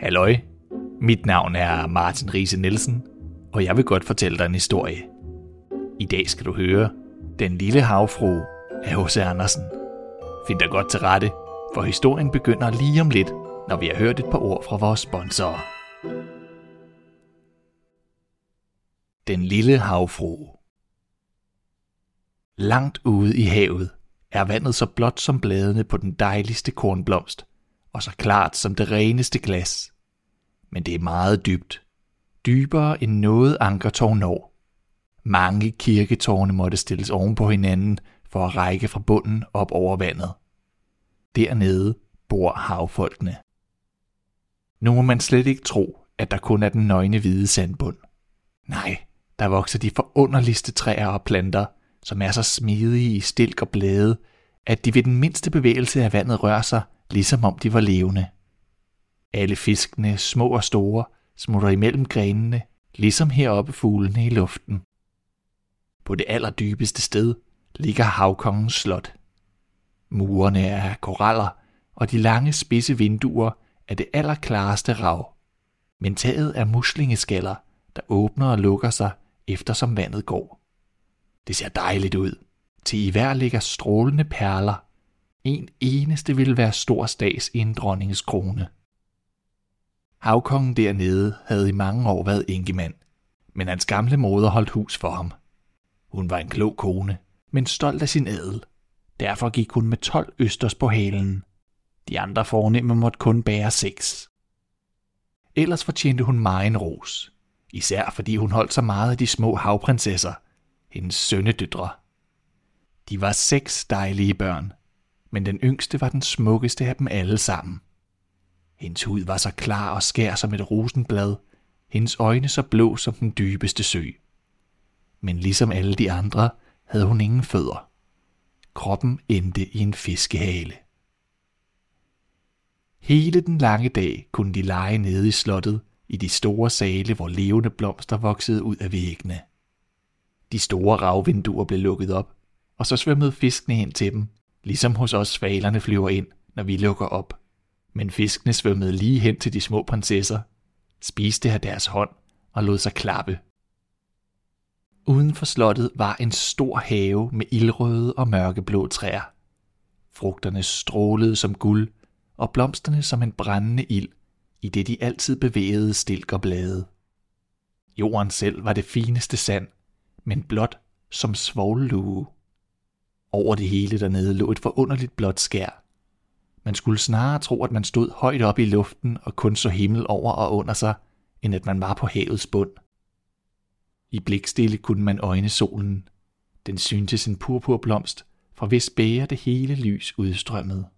Halløj, mit navn er Martin Riise Nielsen, og jeg vil godt fortælle dig en historie. I dag skal du høre Den lille havfrue af H.C. Andersen. Find dig godt til rette, for historien begynder lige om lidt, når vi har hørt et par ord fra vores sponsorer. Den lille havfrue. Langt ude i havet er vandet så blåt som bladene på den dejligste kornblomst, og så klart som det reneste glas. Men det er meget dybt. Dybere end noget ankertårn når. Mange kirketårne måtte stilles oven på hinanden for at række fra bunden op over vandet. Dernede bor havfolkene. Nu må man slet ikke tro, at der kun er den nøgne hvide sandbund. Nej, der vokser de forunderligste træer og planter, som er så smidige i stilk og blade, at de ved den mindste bevægelse af vandet rører sig, ligesom om de var levende. Alle fiskene, små og store, smutter imellem grenene, ligesom heroppe fuglene i luften. På det allerdybeste sted ligger havkongens slot. Murene er af koraller, og de lange spidse vinduer er det allerklareste rav. Men taget er muslingeskaller, der åbner og lukker sig, eftersom vandet går. Det ser dejligt ud, til i hver ligger strålende perler. En eneste ville være stor stads i en dronningens krone. Havkongen dernede havde i mange år været enkemand, men hans gamle moder holdt hus for ham. Hun var en klog kone, men stolt af sin adel. Derfor gik hun med 12 østers på halen. De andre fornemme måtte kun bære 6. Ellers fortjente hun megen ros, især fordi hun holdt så meget af de små havprinsesser, hendes sønnedøtre. De var 6 dejlige børn, men den yngste var den smukkeste af dem alle sammen. Hendes hud var så klar og skær som et rosenblad, hendes øjne så blå som den dybeste sø. Men ligesom alle de andre havde hun ingen fødder. Kroppen endte i en fiskehale. Hele den lange dag kunne de lege nede i slottet i de store sale, hvor levende blomster voksede ud af væggene. De store ravvinduer blev lukket op, og så svømmede fiskene ind til dem, ligesom hos os svalerne flyver ind, når vi lukker op. Men fiskene svømmede lige hen til de små prinsesser, spiste af deres hånd og lod sig klappe. Uden for slottet var en stor have med ildrøde og mørkeblå træer. Frugterne strålede som guld, og blomsterne som en brændende ild, i det de altid bevægede stilk og blade. Jorden selv var det fineste sand, men blåt som svovllue. Over det hele dernede lå et forunderligt blåt skær. Man skulle snarere tro, at man stod højt oppe i luften og kun så himmel over og under sig, end at man var på havets bund. I blikstille kunne man øjne solen. Den syntes sin purpurblomst, fra hvis bæger det hele lys udstrømmede.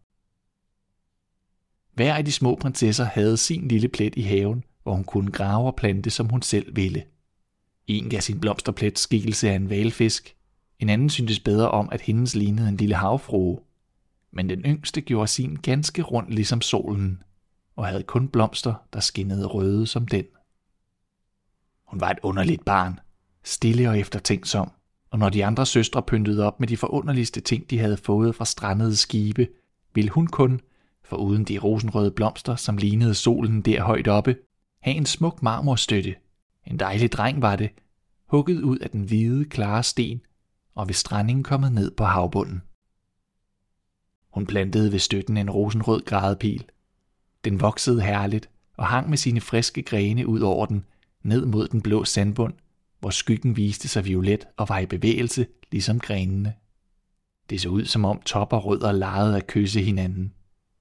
Hver af de små prinsesser havde sin lille plet i haven, hvor hun kunne grave og plante, som hun selv ville. En gav sin blomsterplet skikkelse af en hvalfisk, en anden syntes bedre om, at hendes lignede en lille havfrue. Men den yngste gjorde sin ganske rund ligesom solen, og havde kun blomster, der skinnede røde som den. Hun var et underligt barn, stille og eftertænksom, og når de andre søstre pyntede op med de forunderligste ting, de havde fået fra strandede skibe, ville hun kun, foruden de rosenrøde blomster, som lignede solen der højt oppe, have en smuk marmorstøtte. En dejlig dreng var det, hugget ud af den hvide, klare sten, og ved strandingen kommet ned på havbunden. Hun plantede ved støtten en rosenrød grædepil. Den voksede herligt og hang med sine friske grene ud over den, ned mod den blå sandbund, hvor skyggen viste sig violet og var i bevægelse, ligesom grenene. Det så ud, som om top og rødder legede at kysse hinanden.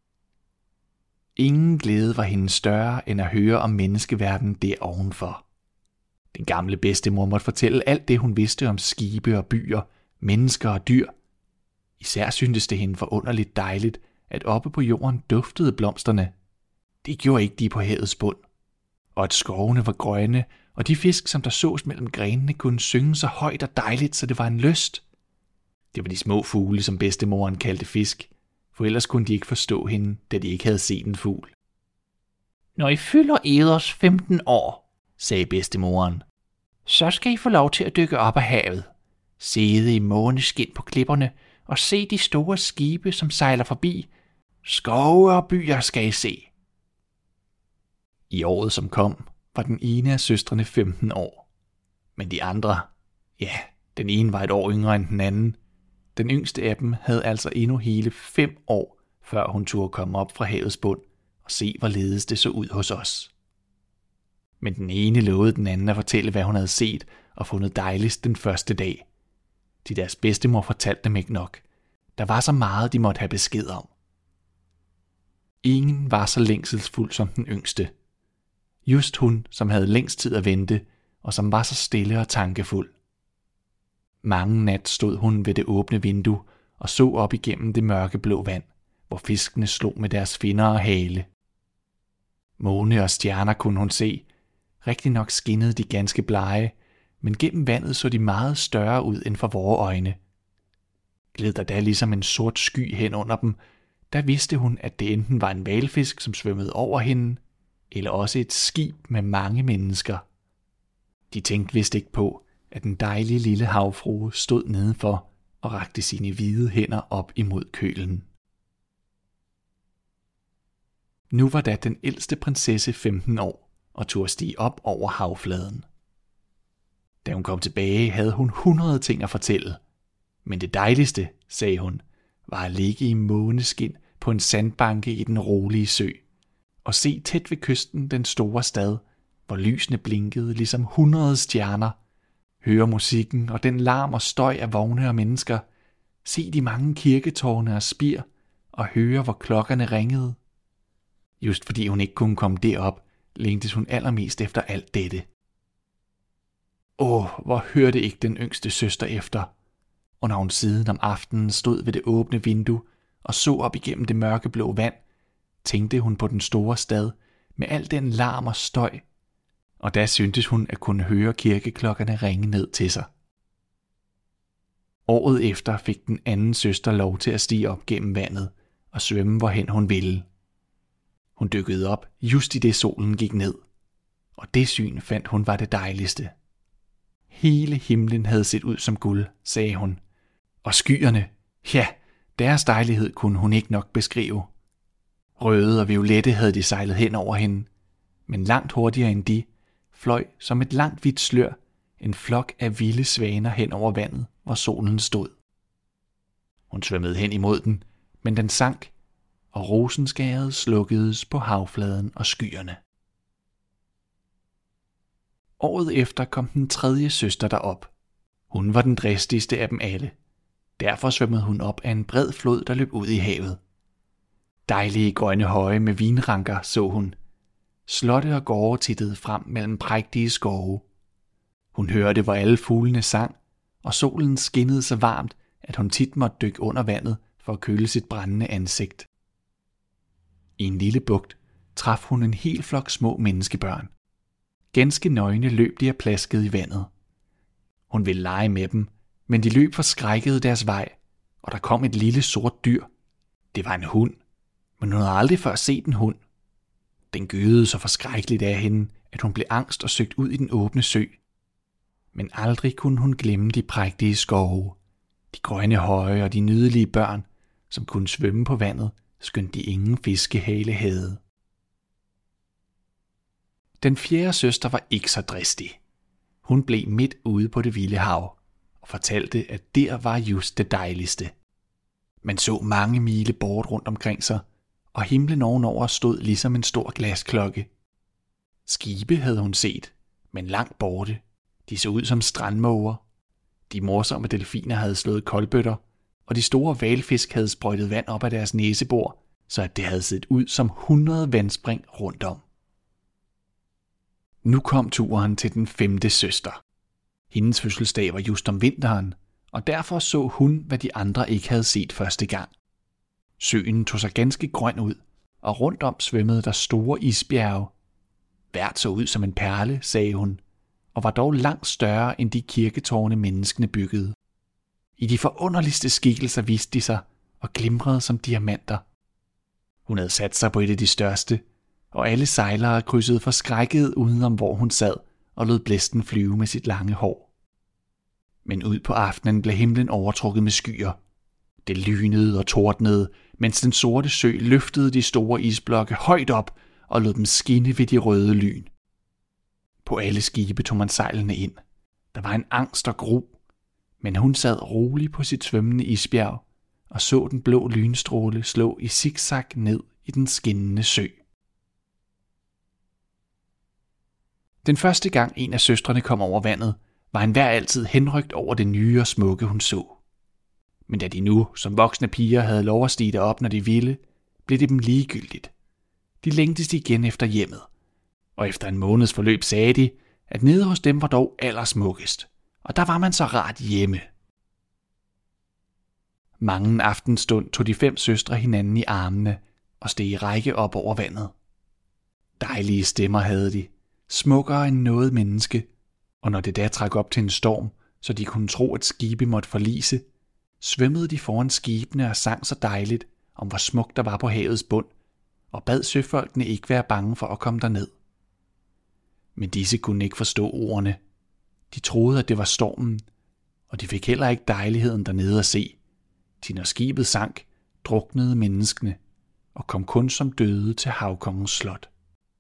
Ingen glæde var hende større, end at høre om menneskeverdenen derovenfor. Den gamle bedstemor måtte fortælle alt det, hun vidste om skibe og byer, mennesker og dyr. Især syntes det hende forunderligt dejligt, at oppe på jorden duftede blomsterne. Det gjorde ikke de på havets bund. Og at skovene var grønne, og de fisk, som der sås mellem grenene, kunne synge så højt og dejligt, så det var en lyst. Det var de små fugle, som bedstemoren kaldte fisk, for ellers kunne de ikke forstå hende, da de ikke havde set en fugl. Når I fylder eders 15 år, sagde bedstemoren, så skal I få lov til at dykke op af havet, sidde i måneskin på klipperne og se de store skibe, som sejler forbi. Skove og byer skal I se. I året, som kom, var den ene af søstrene 15 år. Men de andre, ja, den ene var et år yngre end den anden. Den yngste af dem havde altså endnu hele 5 år, før hun turde komme op fra havets bund og se, hvorledes det så ud hos os. Men den ene lovede den anden at fortælle, hvad hun havde set og fundet dejligst den første dag. Deres bedstemor fortalte dem ikke nok. Der var så meget, de måtte have besked om. Ingen var så længselsfuld som den yngste. Just hun, som havde længst tid at vente, og som var så stille og tankefuld. Mange nat stod hun ved det åbne vindue og så op igennem det mørkeblå vand, hvor fiskene slog med deres finner og hale. Måne og stjerner kunne hun se. Rigtig nok skinnede de ganske blege, men gennem vandet så de meget større ud end for vore øjne. Gled der da ligesom en sort sky hen under dem, der vidste hun, at det enten var en hvalfisk, som svømmede over hende, eller også et skib med mange mennesker. De tænkte vist ikke på, at den dejlige lille havfrue stod nedenfor og rakte sine hvide hænder op imod kølen. Nu var da den ældste prinsesse 15 år og turde stige op over havfladen. Da hun kom tilbage, havde hun 100 ting at fortælle. Men det dejligste, sagde hun, var at ligge i måneskin på en sandbanke i den rolige sø og se tæt ved kysten den store stad, hvor lysene blinkede ligesom 100 stjerner, høre musikken og den larm og støj af vogne og mennesker, se de mange kirketårne og spir og høre, hvor klokkerne ringede. Just fordi hun ikke kunne komme derop, længtes hun allermest efter alt dette. Hvor hørte ikke den yngste søster efter, og når hun siden om aftenen stod ved det åbne vindue og så op igennem det mørkeblå vand, tænkte hun på den store stad med al den larm og støj, og da syntes hun at kunne høre kirkeklokkerne ringe ned til sig. Året efter fik den anden søster lov til at stige op gennem vandet og svømme hvorhen hun ville. Hun dykkede op just i det solen gik ned, og det syn fandt hun var det dejligste. Hele himlen havde set ud som guld, sagde hun, og skyerne, ja, deres dejlighed kunne hun ikke nok beskrive. Røde og violette havde de sejlet hen over hende, men langt hurtigere end de, fløj som et langt hvidt slør en flok af vilde svaner hen over vandet, hvor solen stod. Hun svømmede hen imod den, men den sank, og rosenskæret slukkedes på havfladen og skyerne. Året efter kom den tredje søster derop. Hun var den dristigste af dem alle. Derfor svømmede hun op af en bred flod, der løb ud i havet. Dejlige grønne høje med vinranker så hun. Slotte og gårde tittede frem mellem prægtige skove. Hun hørte, hvor alle fuglene sang, og solen skinnede så varmt, at hun tit måtte dykke under vandet for at køle sit brændende ansigt. I en lille bugt traf hun en hel flok små menneskebørn. Ganske nøgne løb de og plaskede i vandet. Hun ville lege med dem, men de løb forskrækkede deres vej, og der kom et lille sort dyr. Det var en hund, men hun havde aldrig før set en hund. Den gøede så forskrækkeligt af hende, at hun blev angst og søgte ud i den åbne sø. Men aldrig kunne hun glemme de prægtige skove, de grønne høje og de nydelige børn, som kunne svømme på vandet, skønt de ingen fiskehale havde. Den fjerde søster var ikke så dristig. Hun blev midt ude på det vilde hav og fortalte, at der var just det dejligste. Man så mange mile bort rundt omkring sig, og himlen ovenover stod ligesom en stor glasklokke. Skibe havde hun set, men langt borte. De så ud som strandmåger. De morsomme delfiner havde slået kolbøtter, og de store hvalfisk havde sprøjtet vand op af deres næsebor, så at det havde set ud som 100 vandspring rundt om. Nu kom turen til den 5. søster. Hendes fødselsdag var just om vinteren, og derfor så hun, hvad de andre ikke havde set første gang. Søen tog sig ganske grøn ud, og rundt om svømmede der store isbjerge. Hvert så ud som en perle, sagde hun, og var dog langt større end de kirketårne menneskene byggede. I de forunderligste skikkelser viste de sig og glimrede som diamanter. Hun havde sat sig på et af de største, og alle sejlere krydsede forskrækket udenom, hvor hun sad og lod blæsten flyve med sit lange hår. Men ud på aftenen blev himlen overtrukket med skyer. Det lynede og tordnede, mens den sorte sø løftede de store isblokke højt op og lod dem skinne ved de røde lyn. På alle skibe tog man sejlene ind. Der var en angst og gru, men hun sad rolig på sit svømmende isbjerg og så den blå lynstråle slå i zigzag ned i den skinnende sø. Den første gang en af søstrene kom over vandet, var enhver altid henrykt over det nye og smukke, hun så. Men da de nu, som voksne piger, havde lov at stige derop, når de ville, blev det dem ligegyldigt. De længtes igen efter hjemmet, og efter en måneds forløb sagde de, at nede hos dem var dog allersmukkest, og der var man så rart hjemme. Mange aftenstund tog de 5 søstre hinanden i armene og steg i række op over vandet. Dejlige stemmer havde de, smukkere end noget menneske, og når det da trak op til en storm, så de kunne tro, at skibe måtte forlise, svømmede de foran skibene og sang så dejligt om, hvor smukt der var på havets bund, og bad søfolkene ikke være bange for at komme derned. Men disse kunne ikke forstå ordene. De troede, at det var stormen, og de fik heller ikke dejligheden dernede at se, til når skibet sank, druknede menneskene og kom kun som døde til havkongens slot.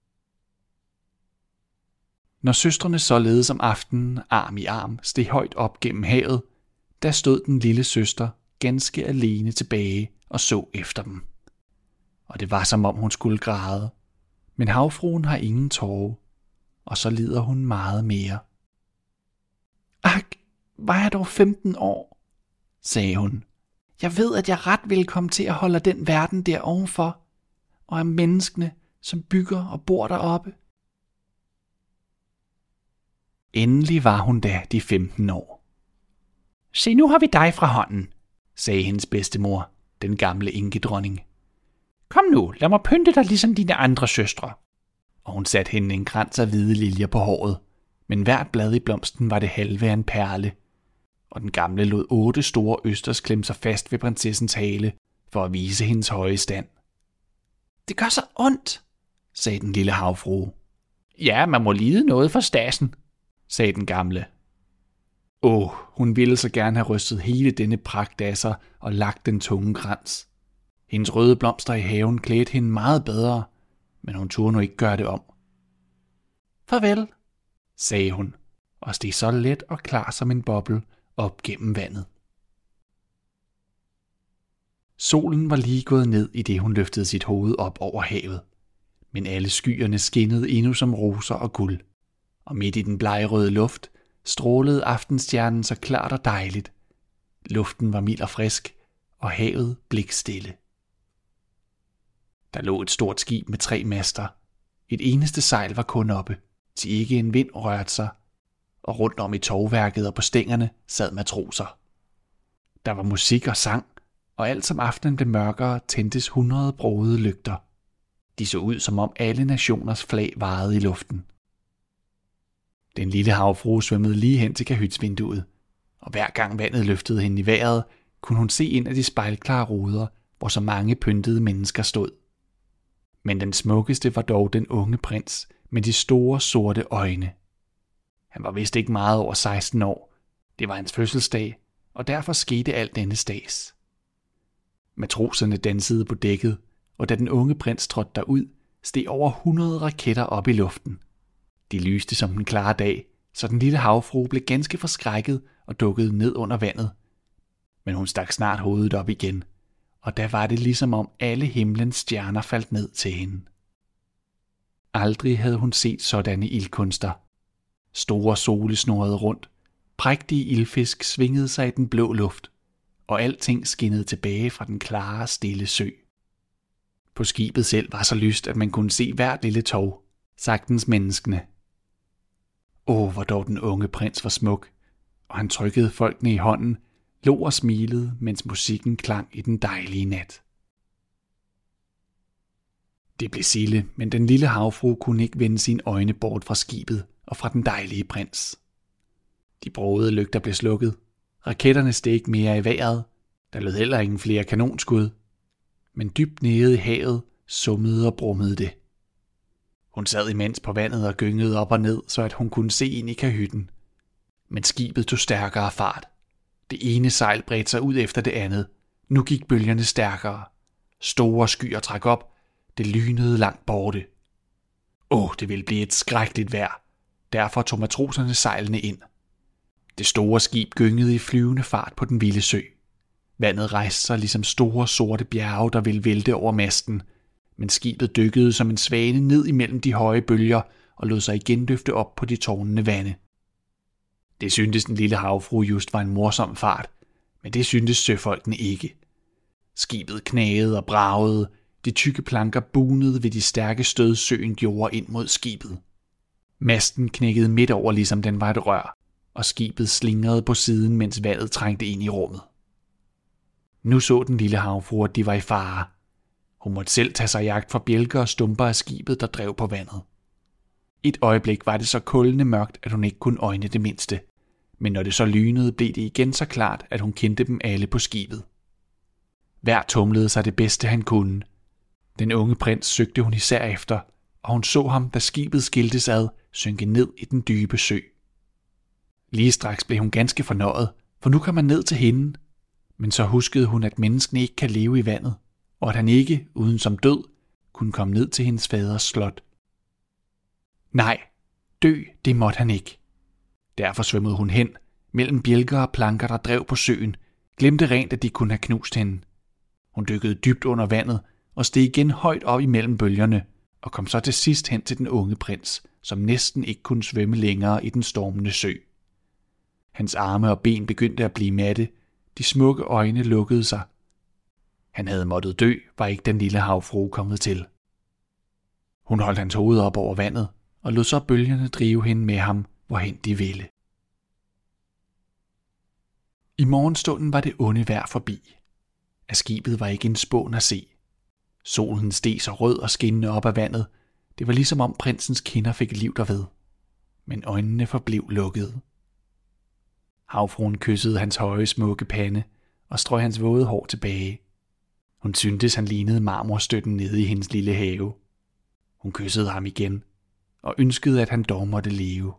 Når søstrene således om aftenen, arm i arm, steg højt op gennem havet, der stod den lille søster ganske alene tilbage og så efter dem. Og det var som om hun skulle græde, men havfruen har ingen tårer, og så lider hun meget mere. Ak, var jeg dog 15 år, sagde hun. Jeg ved, at jeg ret ville komme til at holde den verden der ovenfor, og af menneskene, som bygger og bor deroppe. Endelig var hun da de 15 år. Se, nu har vi dig fra hånden, sagde hendes bedstemor, den gamle enkedronning. Kom nu, lad mig pynte dig ligesom dine andre søstre. Og hun satte hende en krans af hvide liljer på håret, men hvert blad i blomsten var det halve af en perle, og den gamle lod 8 store østers klemme sig fast ved prinsessens hale for at vise hendes høje stand. Det gør så ondt, sagde den lille havfrue. Ja, man må lide noget for stasen, sagde den gamle. Hun ville så gerne have rystet hele denne pragt af sig og lagt den tunge krans. Hendes røde blomster i haven klædte hende meget bedre, men hun turde nu ikke gøre det om. Farvel, sagde hun, og steg så let og klar som en boble op gennem vandet. Solen var lige gået ned, i det hun løftede sit hoved op over havet, men alle skyerne skinnede endnu som roser og guld, og midt i den blegrøde luft strålede aftenstjernen så klart og dejligt. Luften var mild og frisk, og havet blikstille. Der lå et stort skib med 3 master. Et eneste sejl var kun oppe, til ikke en vind rørte sig, og rundt om i tovværket og på stængerne sad matroser. Der var musik og sang, og alt som aftenen blev mørkere tændtes 100 brogede lygter. De så ud, som om alle nationers flag vajede i luften. Den lille havfrue svømmede lige hen til kahytsvinduet, og hver gang vandet løftede hende i vejret, kunne hun se ind af de spejlklare ruder, hvor så mange pyntede mennesker stod. Men den smukkeste var dog den unge prins med de store sorte øjne. Han var vist ikke meget over 16 år. Det var hans fødselsdag, og derfor skete alt denne stads. Matroserne dansede på dækket, og da den unge prins trådte derud, steg over 100 raketter op i luften. De lyste som den klare dag, så den lille havfrue blev ganske forskrækket og dukkede ned under vandet. Men hun stak snart hovedet op igen, og da var det ligesom om alle himlens stjerner faldt ned til hende. Aldrig havde hun set sådanne ildkunster. Store sole snurrede rundt, prægtige ildfisk svingede sig i den blå luft, og alting skinnede tilbage fra den klare, stille sø. På skibet selv var så lyst, at man kunne se hvert lille tov, sagtens menneskene. Hvor dog den unge prins var smuk, og han trykkede folkene i hånden, lå og smilede, mens musikken klang i den dejlige nat. Det blev stille, men den lille havfrue kunne ikke vende sine øjne bort fra skibet og fra den dejlige prins. De brogede lygter blev slukket, raketterne steg ikke mere i vejret, der lød heller ingen flere kanonskud, men dybt nede i havet summede og brummede det. Hun sad imens på vandet og gyngede op og ned, så at hun kunne se ind i kahytten. Men skibet tog stærkere fart. Det ene sejl bredte sig ud efter det andet. Nu gik bølgerne stærkere. Store skyer trak op. Det lynede langt borte. Det ville blive et skrækkeligt vejr. Derfor tog matroserne sejlene ind. Det store skib gyngede i flyvende fart på den vilde sø. Vandet rejste sig ligesom store sorte bjerge, der ville vælte over masten, men skibet dykkede som en svane ned imellem de høje bølger og lod sig igen løfte op på de tårnende vande. Det syntes den lille havfrue just var en morsom fart, men det syntes søfolkene ikke. Skibet knagede og bragede, de tykke planker bunede ved de stærke stød søen gjorde ind mod skibet. Masten knækkede midt over, ligesom den var et rør, og skibet slingrede på siden, mens vandet trængte ind i rummet. Nu så den lille havfrue, at de var i fare. Hun måtte selv tage sig jagt for bjælker og stumper af skibet, der drev på vandet. Et øjeblik var det så kuldende mørkt, at hun ikke kunne øjne det mindste, men når det så lynede, blev det igen så klart, at hun kendte dem alle på skibet. Hver tumlede sig det bedste, han kunne. Den unge prins søgte hun især efter, og hun så ham, da skibet skiltes ad, synke ned i den dybe sø. Lige straks blev hun ganske fornøjet, for nu kom man ned til hende, men så huskede hun, at menneskene ikke kan leve i vandet, og at han ikke, uden som død, kunne komme ned til hendes faders slot. Nej, dø, det måtte han ikke. Derfor svømmede hun hen, mellem bjælker og planker, der drev på søen, glemte rent, at de kunne have knust hende. Hun dykkede dybt under vandet og steg igen højt op imellem bølgerne, og kom så til sidst hen til den unge prins, som næsten ikke kunne svømme længere i den stormende sø. Hans arme og ben begyndte at blive matte, de smukke øjne lukkede sig. Han havde måttet dø, var ikke den lille havfrue kommet til. Hun holdt hans hoved op over vandet, og lod så bølgerne drive hende med ham, hvorhen de ville. I morgenstunden var det onde vejr forbi. Af skibet var ikke en spån at se. Solen steg så rød og skinnende op af vandet. Det var ligesom om prinsens kinder fik liv derved. Men øjnene forblev lukkede. Havfruen kyssede hans høje, smukke pande og strøg hans våde hår tilbage. Hun syntes, han lignede marmorstøtten nede i hendes lille have. Hun kyssede ham igen og ønskede, at han dog måtte leve.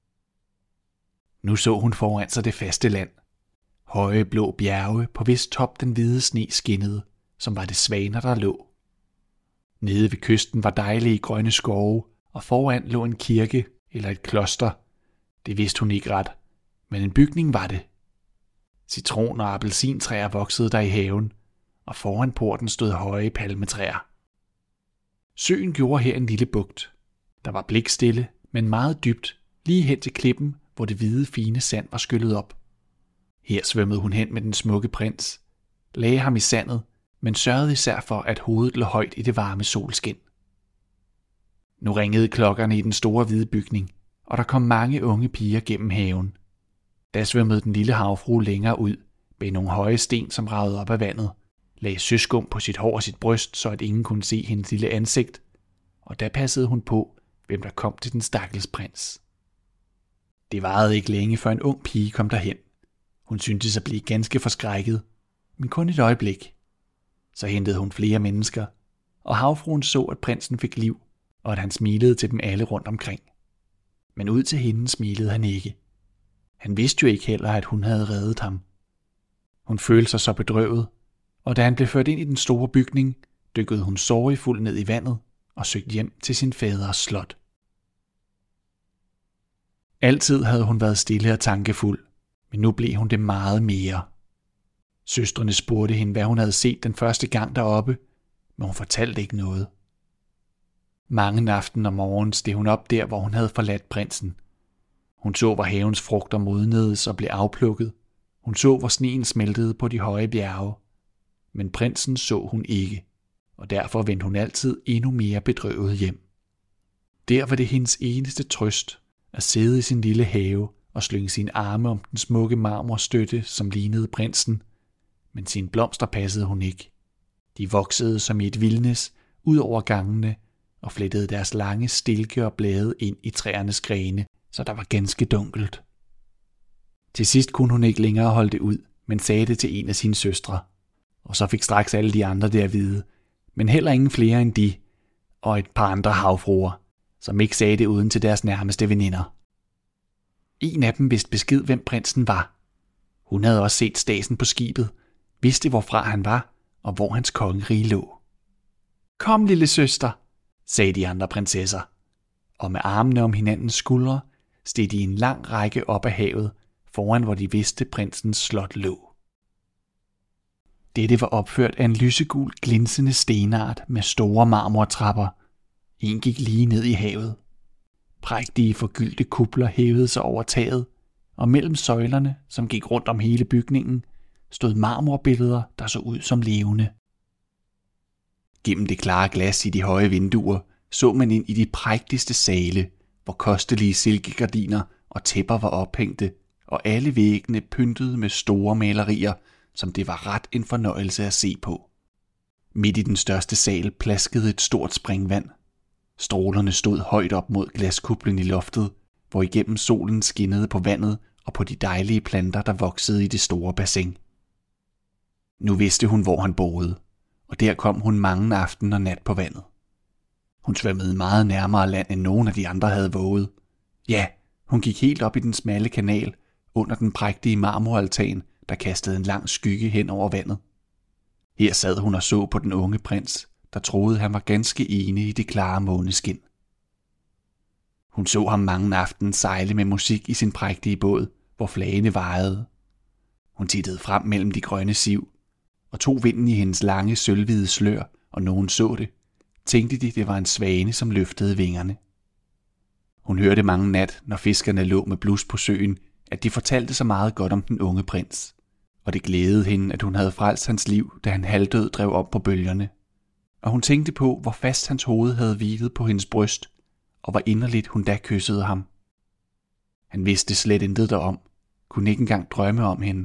Nu så hun foran sig det faste land. Høje blå bjerge, på hvis top den hvide sne skinnede, som var det svaner, der lå. Nede ved kysten var dejlige grønne skove, og foran lå en kirke eller et kloster. Det vidste hun ikke ret, men en bygning var det. Citron- og appelsintræer voksede der i haven, og foran porten stod høje palmetræer. Søen gjorde her en lille bugt. Der var blikstille, men meget dybt, lige hen til klippen, hvor det hvide fine sand var skyllet op. Her svømmede hun hen med den smukke prins, lagde ham i sandet, men sørgede især for, at hovedet lå højt i det varme solskin. Nu ringede klokkerne i den store hvide bygning, og der kom mange unge piger gennem haven. Da svømmede den lille havfrue længere ud, bag nogle høje sten, som ragede op af vandet, lagde søskum på sit hår og sit bryst, så at ingen kunne se hendes lille ansigt, og da passede hun på, hvem der kom til den stakkels prins. Det varede ikke længe, før en ung pige kom derhen. Hun syntes at blive ganske forskrækket, men kun et øjeblik. Så hentede hun flere mennesker, og havfruen så, at prinsen fik liv, og at han smilede til dem alle rundt omkring. Men ud til hende smilede han ikke. Han vidste jo ikke heller, at hun havde reddet ham. Hun følte sig så bedrøvet, og da han blev ført ind i den store bygning, dykkede hun sorgfuld ned i vandet og søgte hjem til sin faders slot. Altid havde hun været stille og tankefuld, men nu blev hun det meget mere. Søstrene spurgte hende, hvad hun havde set den første gang deroppe, men hun fortalte ikke noget. Mange aften og morgen steg hun op der, hvor hun havde forladt prinsen. Hun så, hvor havens frugter modnedes og blev afplukket. Hun så, hvor sneen smeltede på de høje bjerge. Men prinsen så hun ikke, og derfor vendte hun altid endnu mere bedrøvet hjem. Der var det hendes eneste trøst at sidde i sin lille have og slynge sine arme om den smukke marmorstøtte, som lignede prinsen, men sine blomster passede hun ikke. De voksede som i et vildnis ud over gangene og flettede deres lange stilke og blade ind i træernes grene, så der var ganske dunkelt. Til sidst kunne hun ikke længere holde det ud, men sagde det til en af sine søstre, og så fik straks alle de andre det at vide, men heller ingen flere end de, og et par andre havfruer, som ikke sagde det uden til deres nærmeste veninder. En af dem vidste besked, hvem prinsen var. Hun havde også set stasen på skibet, vidste hvorfra han var, og hvor hans kongerige lå. Kom, lille søster, sagde de andre prinsesser. og med armene om hinandens skuldre steg de en lang række op ad havet, foran hvor de vidste prinsens slot lå. Dette var opført af en lysegul, glinsende stenart med store marmortrapper. En gik lige ned i havet. Prægtige forgyldte kupler hævede sig over taget, og mellem søjlerne, som gik rundt om hele bygningen, stod marmorbilleder, der så ud som levende. Gennem det klare glas i de høje vinduer så man ind i de prægtigste sale, hvor kostelige silkegardiner og tæpper var ophængte, og alle væggene pyntede med store malerier, som det var ret en fornøjelse at se på. Midt i den største sal plaskede et stort springvand. Strålerne stod højt op mod glaskuplen i loftet, hvor igennem solen skinnede på vandet og på de dejlige planter, der voksede i det store bassin. Nu vidste hun, hvor han boede, og der kom hun mange aften og nat på vandet. Hun svømmede meget nærmere land, end nogen af de andre havde våget. Ja, hun gik helt op i den smalle kanal, under den prægtige marmoraltan, der kastede en lang skygge hen over vandet. Her sad hun og så på den unge prins, der troede, han var ganske enig i det klare måneskin. Hun så ham mange aften sejle med musik i sin prægtige båd, hvor flagene vajede. Hun tittede frem mellem de grønne siv, og tog vinden i hendes lange sølvhvide slør, og nogen så det, tænkte de, det var en svane, som løftede vingerne. Hun hørte mange nat, når fiskerne lå med blus på søen, at de fortalte så meget godt om den unge prins, og det glædede hende, at hun havde frelst hans liv, da han halvdød drev op på bølgerne. Og hun tænkte på, hvor fast hans hoved havde hvilet på hendes bryst, og hvor inderligt hun da kyssede ham. Han vidste slet intet derom, kunne ikke engang drømme om hende.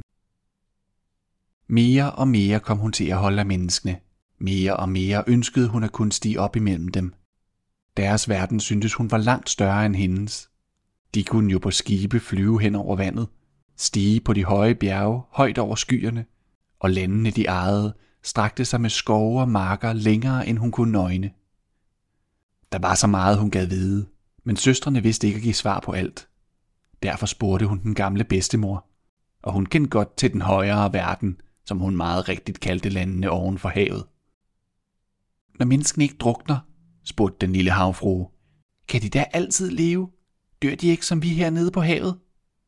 Mere og mere kom hun til at holde af menneskene. Mere og mere ønskede hun at kunne stige op imellem dem. Deres verden syntes hun var langt større end hendes. De kunne jo på skibe flyve hen over vandet, stige på de høje bjerge højt over skyerne, og landene de ejede strakte sig med skove og marker længere end hun kunne nøgne. Der var så meget hun gad vide, men søstrene vidste ikke at give svar på alt. Derfor spurgte hun den gamle bedstemor, og hun kendte godt til den højere verden, som hun meget rigtigt kaldte landene oven for havet. Når menneskene ikke drukner, spurgte den lille havfrue, kan de da altid leve? Dør de ikke som vi hernede på havet?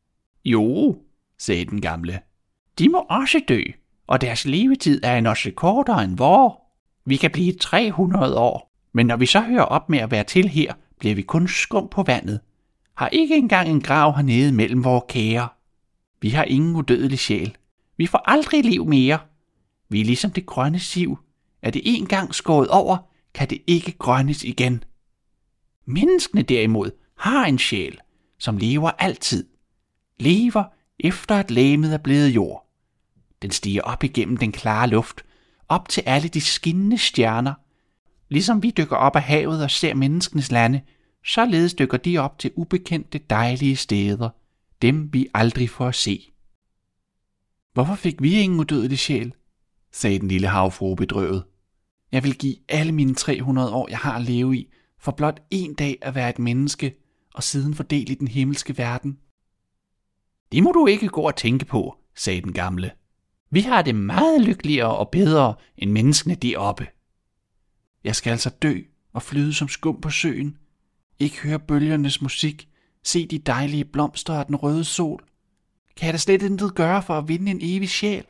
Jo, sagde den gamle. De må også dø, og deres levetid er endnu kortere end vor. Vi kan blive 300 år, men når vi så hører op med at være til her, bliver vi kun skum på vandet. Har ikke engang en grav hernede mellem vore kære. Vi har ingen udødelig sjæl. Vi får aldrig liv mere. Vi er ligesom det grønne siv. Er det en gang skåret over, kan det ikke grønnes igen. Menneskene derimod har en sjæl, som lever altid. Lever efter at legemet er blevet jord. Den stiger op igennem den klare luft, op til alle de skinnende stjerner. Ligesom vi dykker op af havet og ser menneskenes lande, således dykker de op til ubekendte dejlige steder, dem vi aldrig får at se. Hvorfor fik vi ingen udødelig sjæl? Sagde den lille havfrue bedrøvet. Jeg vil give alle mine 300 år, jeg har at leve i, for blot en dag at være et menneske, og siden fordele i den himmelske verden. Det må du ikke gå og tænke på, sagde den gamle. Vi har det meget lykkeligere og bedre end menneskene deroppe. Jeg skal altså dø og flyde som skum på søen, ikke høre bølgernes musik, se de dejlige blomster og den røde sol. Kan jeg da slet intet gøre for at vinde en evig sjæl?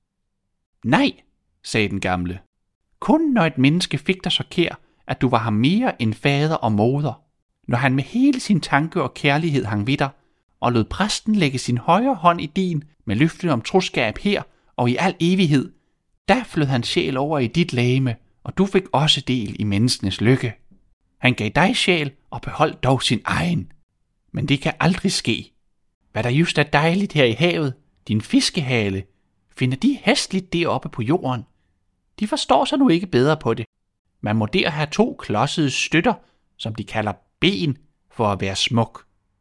Nej, sagde den gamle. Kun når et menneske fik dig så kær, at du var ham mere end fader og moder. Når han med hele sin tanke og kærlighed hang ved dig, og lod præsten lægge sin højre hånd i din med løftet om troskab her og i al evighed, der flød hans sjæl over i dit legeme, og du fik også del i menneskenes lykke. Han gav dig sjæl og beholdt dog sin egen. Men det kan aldrig ske. Hvad der just er dejligt her i havet, din fiskehale, finder de hæstligt deroppe på jorden. De forstår sig nu ikke bedre på det. Man må der have 2 klodsede støtter, som de kalder ben, for at være smuk.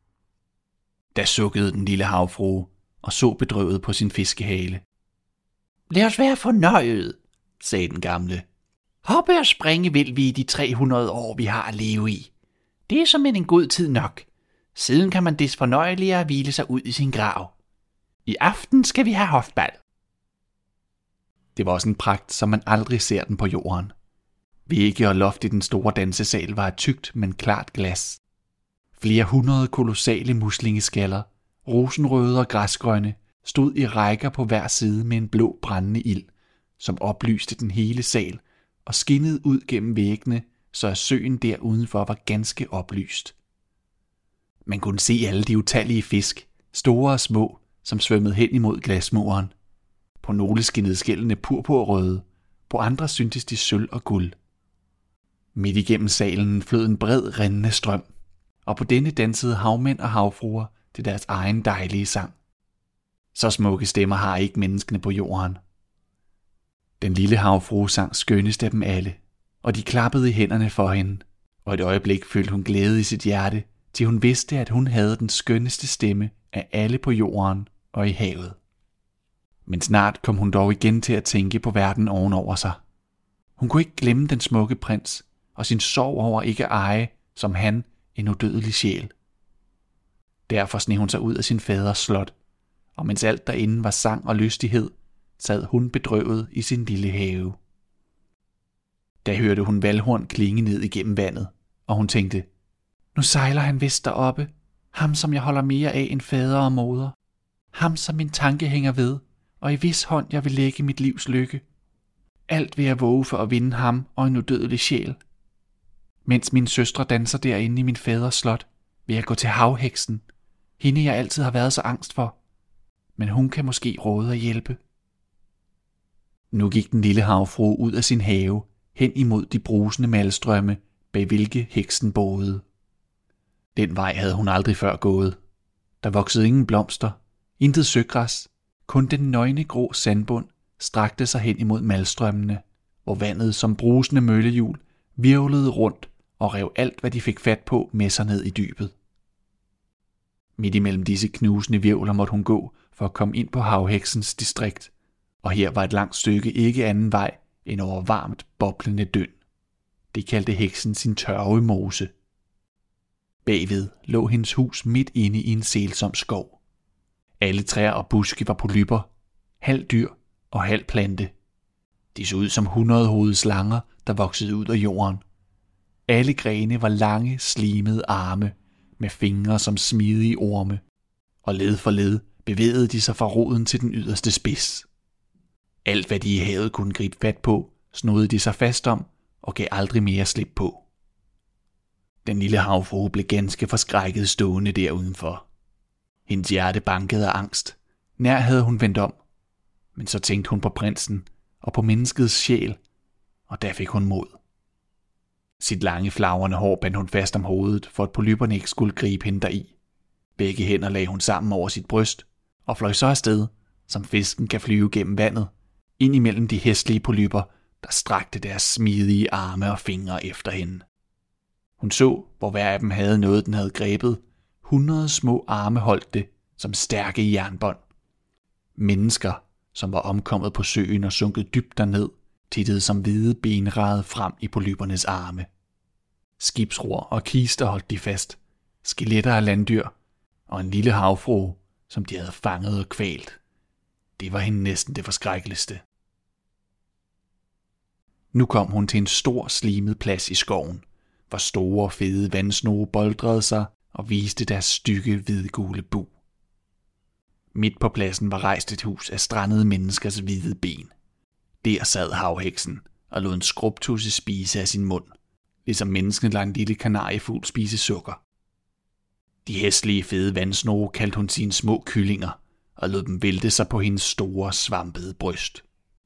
Da sukkede den lille havfrue og så bedrøvet på sin fiskehale. Lad os være fornøjet, sagde den gamle. Hoppe og springe vil vi i de 300 år, vi har at leve i. Det er som en god tid nok. Siden kan man des fornøjeligere hvile sig ud i sin grav. I aften skal vi have hofbal. Det var også en pragt, som man aldrig ser den på jorden. Vægge og loft i den store dansesal var af tykt, men klart glas. Flere hundrede kolossale muslingeskaller, rosenrøde og græsgrønne, stod i rækker på hver side med en blå brændende ild, som oplyste den hele sal og skinnede ud gennem væggene, så at søen der udenfor var ganske oplyst. Man kunne se alle de utallige fisk, store og små, som svømmede hen imod glasmuren. På nogle skinnede skællene purpurrøde, på andre syntes de sølv og guld. Midt igennem salen flød en bred rindende strøm, og på denne dansede havmænd og havfruer til deres egen dejlige sang. Så smukke stemmer har ikke menneskene på jorden. Den lille havfrue sang skønnest af dem alle, og de klappede i hænderne for hende, og et øjeblik følte hun glæde i sit hjerte, til hun vidste, at hun havde den skønneste stemme af alle på jorden og i havet. Men snart kom hun dog igen til at tænke på verden ovenover sig. Hun kunne ikke glemme den smukke prins og sin sorg over ikke at eje, som han, en udødelig sjæl. Derfor sneg hun sig ud af sin faders slot, og mens alt derinde var sang og lystighed, sad hun bedrøvet i sin lille have. Da hørte hun valhorn klinge ned igennem vandet, og hun tænkte, nu sejler han vist deroppe, ham som jeg holder mere af end fader og moder, ham som min tanke hænger ved, og i vis hånd jeg vil lægge mit livs lykke. Alt vil jeg våge for at vinde ham og en udødelig sjæl. Mens mine søstre danser derinde i min faders slot, vil jeg gå til havheksen, hende jeg altid har været så angst for, men hun kan måske råde og hjælpe. Nu gik den lille havfrue ud af sin have, hen imod de brusende malstrømme, bag hvilke heksen boede. Den vej havde hun aldrig før gået. Der voksede ingen blomster, intet søgræs, kun den nøgne grå sandbund strakte sig hen imod malstrømmene, hvor vandet som brusende møllehjul virvlede rundt og rev alt, hvad de fik fat på, med sig ned i dybet. Midt imellem disse knusende hvirvler måtte hun gå for at komme ind på havheksens distrikt, og her var et langt stykke ikke anden vej end over varmt, boblende døn. Det kaldte heksen sin tørve mose. Bagved lå hendes hus midt inde i en sælsom skov. Alle træer og buske var polypper, halv dyr og halv plante. De så ud som 100-hovedede slanger, der voksede ud af jorden. Alle grene var lange, slimede arme, med fingre som smidige orme, og led for led bevægede de sig fra roden til den yderste spids. Alt hvad de i havet kunne gribe fat på, snodede de sig fast om og gav aldrig mere slip på. Den lille havfrue blev ganske forskrækket stående der udenfor. Hendes hjerte bankede af angst. Nær havde hun vendt om, men så tænkte hun på prinsen og på menneskets sjæl, og der fik hun mod. Sit lange flagrende hår bandt hun fast om hovedet, for at polypperne ikke skulle gribe hende deri. Begge hænder lagde hun sammen over sit bryst og fløj så afsted, som fisken kan flyve gennem vandet, ind imellem de hæslige polypper, der strakte deres smidige arme og fingre efter hende. Hun så, hvor hver af dem havde noget, den havde grebet. 100 små arme holdt det, som stærke jernbånd. Mennesker, som var omkommet på søen og sunket dybt derned, tittede som hvide benrade frem i polyppernes arme. Skibsror og kister holdt de fast, skeletter af landdyr og en lille havfrue, som de havde fanget og kvalt. Det var hende næsten det forskrækkeligste. Nu kom hun til en stor slimet plads i skoven, hvor store fede vandsnoge boldrede sig og viste deres stykke hvidgule bu. Midt på pladsen var rejst et hus af strandede menneskers hvide ben. Der sad havheksen og lod en skrubtusse spise af sin mund, ligesom menneskene lader en lille kanariefugl spise sukker. De hæslige fede vandsnoge kaldte hun sine små kyllinger og lod dem vælte sig på hendes store svampede bryst.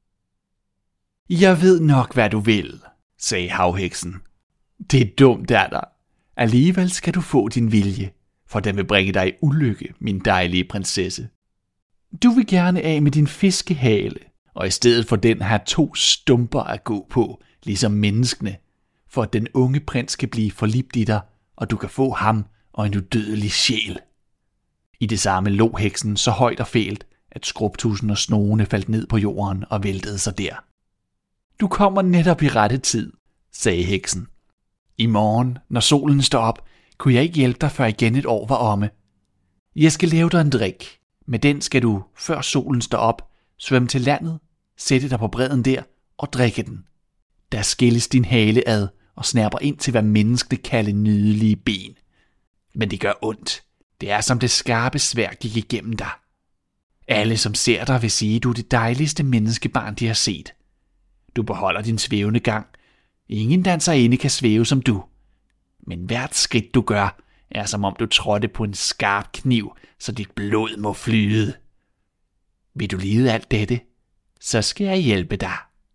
Jeg ved nok, hvad du vil, sagde havheksen. Det er dumt, datter. Alligevel skal du få din vilje, for den vil bringe dig i ulykke, min dejlige prinsesse. Du vil gerne af med din fiskehale, og i stedet for den have 2 stumper at gå på, ligesom menneskene, for at den unge prins kan blive forlibt i dig, og du kan få ham og en udødelig sjæl. I det samme lå heksen så højt og fælt, at skrubtusen og snogene faldt ned på jorden og væltede sig der. Du kommer netop i rette tid, sagde heksen. I morgen, når solen står op, kunne jeg ikke hjælpe dig, før igen et år var omme. Jeg skal lave dig en drik. Med den skal du, før solen står op, svømme til landet, sætte dig på bredden der og drikke den. Der skilles din hale ad og snærper ind til, hvad menneskene kalder nydelige ben. Men det gør ondt. Det er som det skarpe sværd gik igennem dig. Alle, som ser dig, vil sige, at du er det dejligste menneskebarn, de har set. Du beholder din svævende gang. Ingen danserinde kan svæve som du. Men hvert skridt, du gør, er som om du trådte på en skarp kniv, så dit blod må flyde. Vil du lide alt dette, så skal jeg hjælpe dig.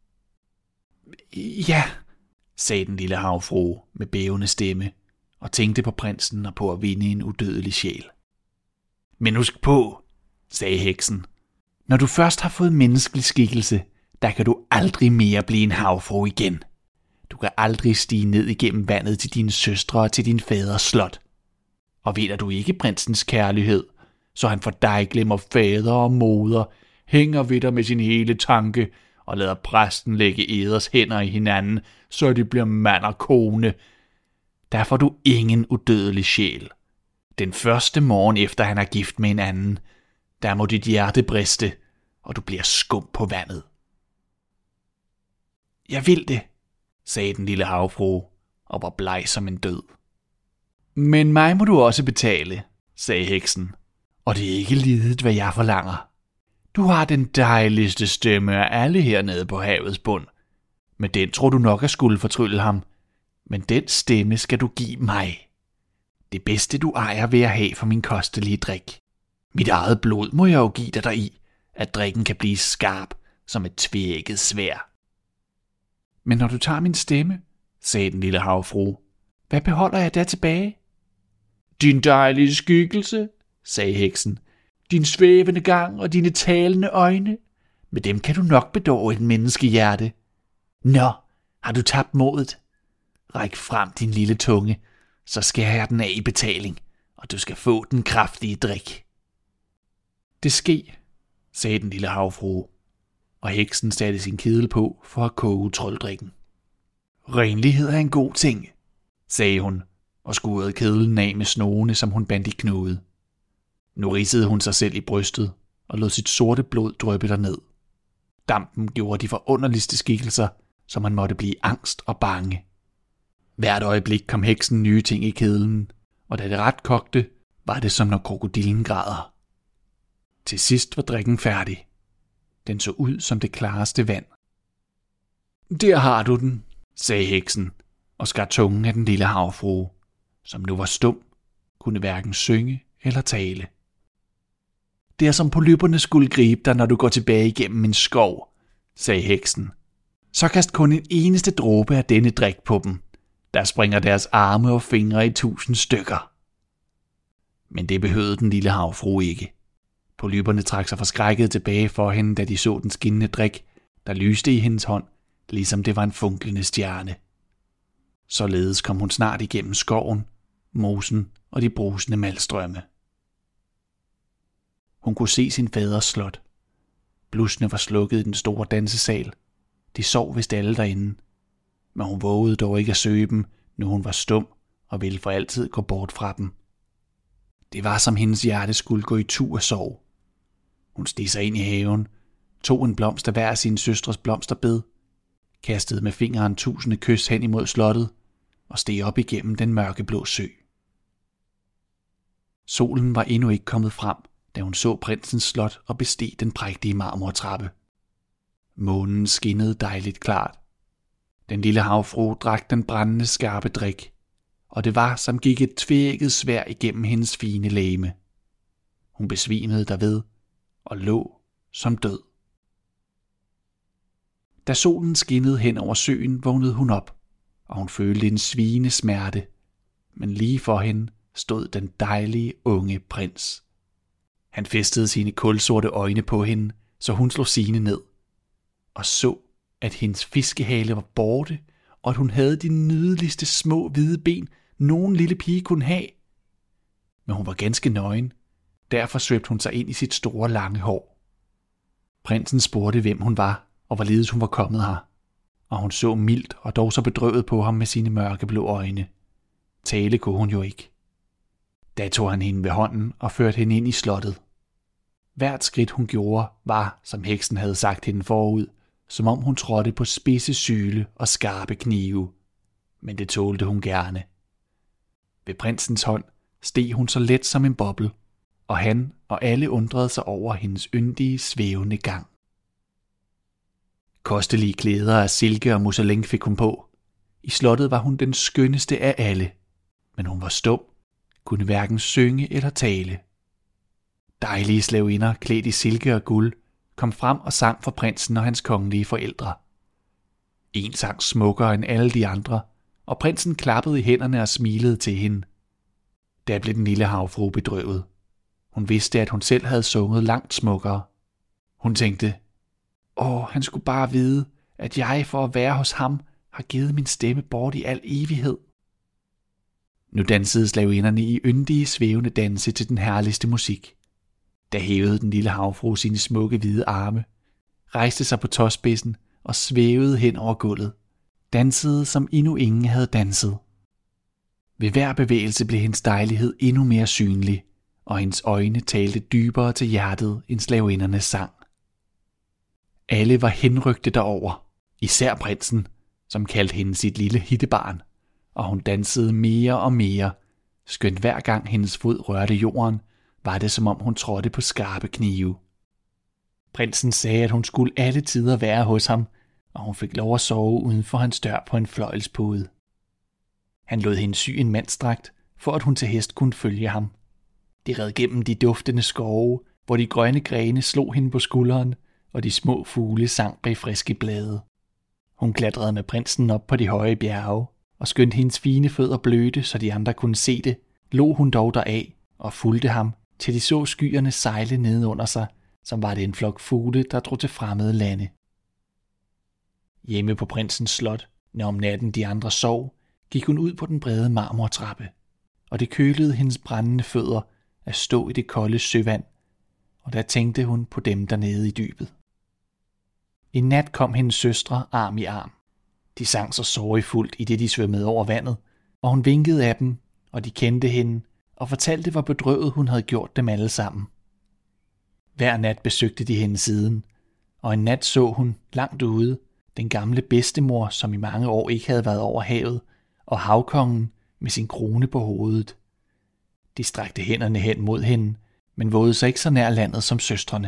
Ja, sagde den lille havfrue med bævende stemme, og tænkte på prinsen og på at vinde en udødelig sjæl. Men husk på, sagde heksen, når du først har fået menneskelig skikkelse, der kan du aldrig mere blive en havfrue igen. Du kan aldrig stige ned igennem vandet til dine søstre og til din faders slot. Og ved du ikke prinsens kærlighed, så han for dig glemmer fader og moder, hænger ved dig med sin hele tanke og lader præsten lægge eders hænder i hinanden, så de bliver mand og kone. Der får du ingen udødelig sjæl. Den første morgen efter han er gift med en anden, der må dit hjerte briste, og du bliver skum på vandet. Jeg vil det, sagde den lille havfrue og var bleg som en død. Men mig må du også betale, sagde heksen, og det er ikke lidet, hvad jeg forlanger. Du har den dejligste stemme af alle hernede på havets bund. Med den tror du nok at skulle fortrylle ham, men den stemme skal du give mig. Det bedste du ejer vil jeg have for min kostelige drik. Mit eget blod må jeg jo give dig i, at drikken kan blive skarp som et tvækket sværd. Men når du tager min stemme, sagde den lille havfrue, hvad beholder jeg der tilbage? Din dejlige skikkelse, sagde heksen, din svævende gang og dine talende øjne. Med dem kan du nok bedåre et menneskehjerte. Nå, har du tabt modet? Ræk frem din lille tunge, så skærer jeg den af i betaling, og du skal få den kraftige drik. Det ske, sagde den lille havfrue, og heksen satte sin kedel på for at koge trolddrikken. Renlighed er en god ting, sagde hun, og skurede kedlen af med snoene, som hun bandt i knude. Nu ridsede hun sig selv i brystet og lod sit sorte blod dryppe derned. Dampen gjorde de forunderligste skikkelser, så man måtte blive angst og bange. Hvert øjeblik kom heksen nye ting i kedlen, og da det ret kogte, var det som når krokodillen græder. Til sidst var drikken færdig. Den så ud som det klareste vand. Der har du den, sagde heksen, og skar tungen af den lille havfrue, som nu var stum, kunne hverken synge eller tale. Det er som polypperne skulle gribe dig, når du går tilbage igennem en skov, sagde heksen. Så kast kun en eneste dråbe af denne drik på dem. Der springer deres arme og fingre i 1000 stykker. Men det behøvede den lille havfrue ikke. Polypperne trak sig forskrækket tilbage for hende, da de så den skinnende drik, der lyste i hendes hånd, ligesom det var en funklende stjerne. Således kom hun snart igennem skoven, mosen og de brusende malstrømme. Hun kunne se sin faders slot. Blusene var slukket i den store dansesal. De sov vist alle derinde. Men hun vågede dog ikke at søge dem, nu hun var stum og ville for altid gå bort fra dem. Det var som hendes hjerte skulle gå i tur af sorg. Hun steg sig ind i haven, tog en blomst af hver af sine søstres blomsterbed, kastede med fingeren 1000 kys hen imod slottet og steg op igennem den mørkeblå sø. Solen var endnu ikke kommet frem, da hun så prinsens slot og besteg den prægtige marmortrappe. Månen skinnede dejligt klart. Den lille havfrue drak den brændende skarpe drik, og det var, som gik et tvækket sværd igennem hendes fine legeme. Hun besvimede derved og lå som død. Da solen skinnede hen over søen, vågnede hun op, og hun følte en svigende smerte, men lige for hende stod den dejlige unge prins. Han fæstede sine kulsorte øjne på hende, så hun slog sine ned, og så, at hendes fiskehale var borte, og at hun havde de nydeligste små hvide ben, nogen lille pige kunne have. Men hun var ganske nøgen, derfor svøbte hun sig ind i sit store lange hår. Prinsen spurgte, hvem hun var, og hvorledes hun var kommet her, og hun så mildt og dog så bedrøvet på ham med sine mørkeblå øjne. Tale kunne hun jo ikke. Da tog han hende ved hånden og førte hende ind i slottet. Hvert skridt hun gjorde var, som heksen havde sagt hende forud, som om hun trådte på spidse syle og skarpe knive. Men det tålte hun gerne. Ved prinsens hånd steg hun så let som en boble, og han og alle undrede sig over hendes yndige, svævende gang. Kostelige klæder af silke og musselin fik hun på. I slottet var hun den skønneste af alle, men hun var stum, kunne hverken synge eller tale. Dejlige slavinder klædt i silke og guld kom frem og sang for prinsen og hans kongelige forældre. En sang smukkere end alle de andre, og prinsen klappede i hænderne og smilede til hende. Der blev den lille havfrue bedrøvet. Hun vidste, at hun selv havde sunget langt smukkere. Hun tænkte, han skulle bare vide, at jeg for at være hos ham har givet min stemme bort i al evighed. Nu dansede slavinderne i yndige, svævende danse til den herligste musik. Der hævede den lille havfrue sine smukke hvide arme, rejste sig på tåspidsen og svævede hen over gulvet, dansede som endnu ingen havde danset. Ved hver bevægelse blev hendes dejlighed endnu mere synlig, og hendes øjne talte dybere til hjertet end slavindernes sang. Alle var henrygte derover, især prinsen, som kaldte hende sit lille hittebarn, og hun dansede mere og mere, skønt hver gang hendes fod rørte jorden, var det som om hun trådte på skarpe knive. Prinsen sagde, at hun skulle alle tider være hos ham, og hun fik lov at sove uden for hans dør på en fløjlspude. Han lod hende sy en mandsdragt, for at hun til hest kunne følge ham. De red gennem de duftende skove, hvor de grønne grene slog hende på skulderen, og de små fugle sang bag friske blade. Hun klatrede med prinsen op på de høje bjerge, og skønt hendes fine fødder blødte, så de andre kunne se det, lå hun dog deraf og fulgte ham, til de så skyerne sejle ned under sig, som var det en flok fugle, der drog til fremmede lande. Hjemme på prinsens slot, når om natten de andre sov, gik hun ud på den brede marmortrappe, og det kølede hendes brændende fødder at stå i det kolde søvand, og der tænkte hun på dem dernede i dybet. En nat kom hendes søstre arm i arm. De sang så sorgfuldt, i det de svømmede over vandet, og hun vinkede af dem, og de kendte hende, og fortalte, hvor bedrøvet hun havde gjort dem alle sammen. Hver nat besøgte de hende siden, og en nat så hun, langt ude, den gamle bedstemor, som i mange år ikke havde været over havet, og havkongen med sin krone på hovedet. De strakte hænderne hen mod hende, men vågede sig ikke så nær landet som søstrene.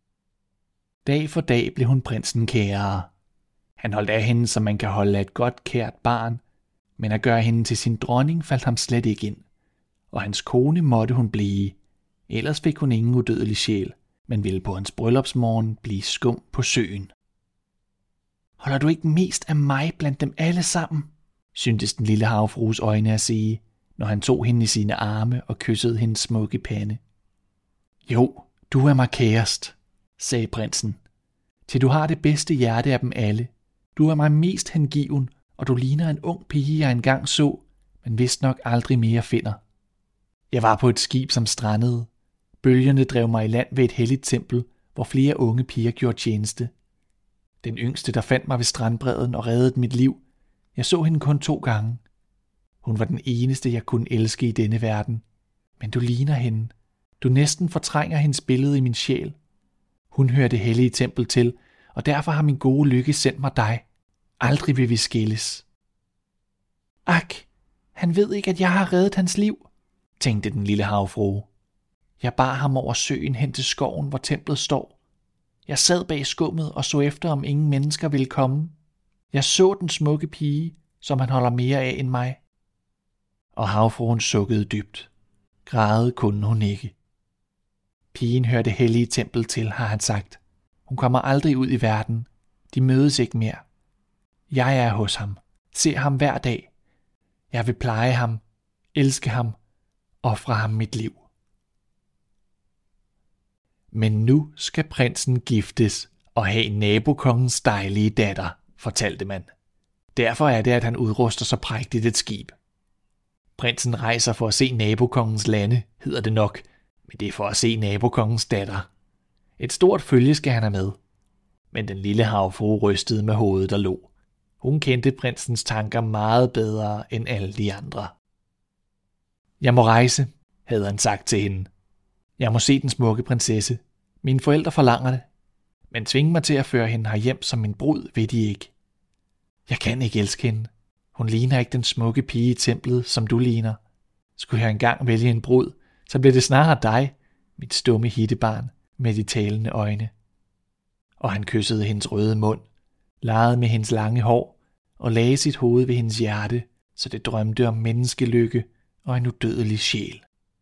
Dag for dag blev hun prinsen kærere. Han holdt af hende, som man kan holde af et godt kært barn, men at gøre hende til sin dronning faldt ham slet ikke ind, og hans kone måtte hun blive, ellers fik hun ingen udødelig sjæl, men ville på hans bryllupsmorgen blive skum på søen. Holder du ikke mest af mig blandt dem alle sammen, syntes den lille havfrues øjne at sige, når han tog hende i sine arme og kyssede hendes smukke pande. Jo, du er mig kærest, sagde prinsen, til du har det bedste hjerte af dem alle. Du er mig mest hengiven, og du ligner en ung pige, jeg engang så, men vist nok aldrig mere finder. Jeg var på et skib, som strandede. Bølgerne drev mig i land ved et helligt tempel, hvor flere unge piger gjorde tjeneste. Den yngste, der fandt mig ved strandbredden og reddede mit liv, jeg så hende kun 2 gange. Hun var den eneste, jeg kunne elske i denne verden. Men du ligner hende. Du næsten fortrænger hendes billede i min sjæl. Hun hører det hellige tempel til, og derfor har min gode lykke sendt mig dig. Aldrig vil vi skilles. Ak, han ved ikke, at jeg har reddet hans liv, tænkte den lille havfrue. Jeg bar ham over søen hen til skoven, hvor templet står. Jeg sad bag skummet og så efter, om ingen mennesker ville komme. Jeg så den smukke pige, som han holder mere af end mig. Og havfruen sukkede dybt. Græde kunne hun ikke. Pigen hører det hellige tempel til, har han sagt. Hun kommer aldrig ud i verden. De mødes ikke mere. Jeg er hos ham. Ser ham hver dag. Jeg vil pleje ham, elske ham, ofre ham mit liv. Men nu skal prinsen giftes og have nabokongens dejlige datter, fortalte man. Derfor er det, at han udruster så prægtigt et skib. Prinsen rejser for at se nabokongens lande, hedder det nok, men det er for at se nabokongens datter. Et stort følge skal han have med. Men den lille havfrue rystede med hovedet og lå. Hun kendte prinsens tanker meget bedre end alle de andre. Jeg må rejse, havde han sagt til hende. Jeg må se den smukke prinsesse. Mine forældre forlanger det. Men tvinge mig til at føre hende herhjem som min brud, ved de ikke. Jeg kan ikke elske hende. Hun ligner ikke den smukke pige i templet, som du ligner. Skulle jeg engang vælge en brud, så blev det snarere dig, mit stumme hittebarn med de talende øjne. Og han kyssede hendes røde mund, legede med hendes lange hår og lagde sit hoved ved hendes hjerte, så det drømte om menneskelykke og en udødelig sjæl.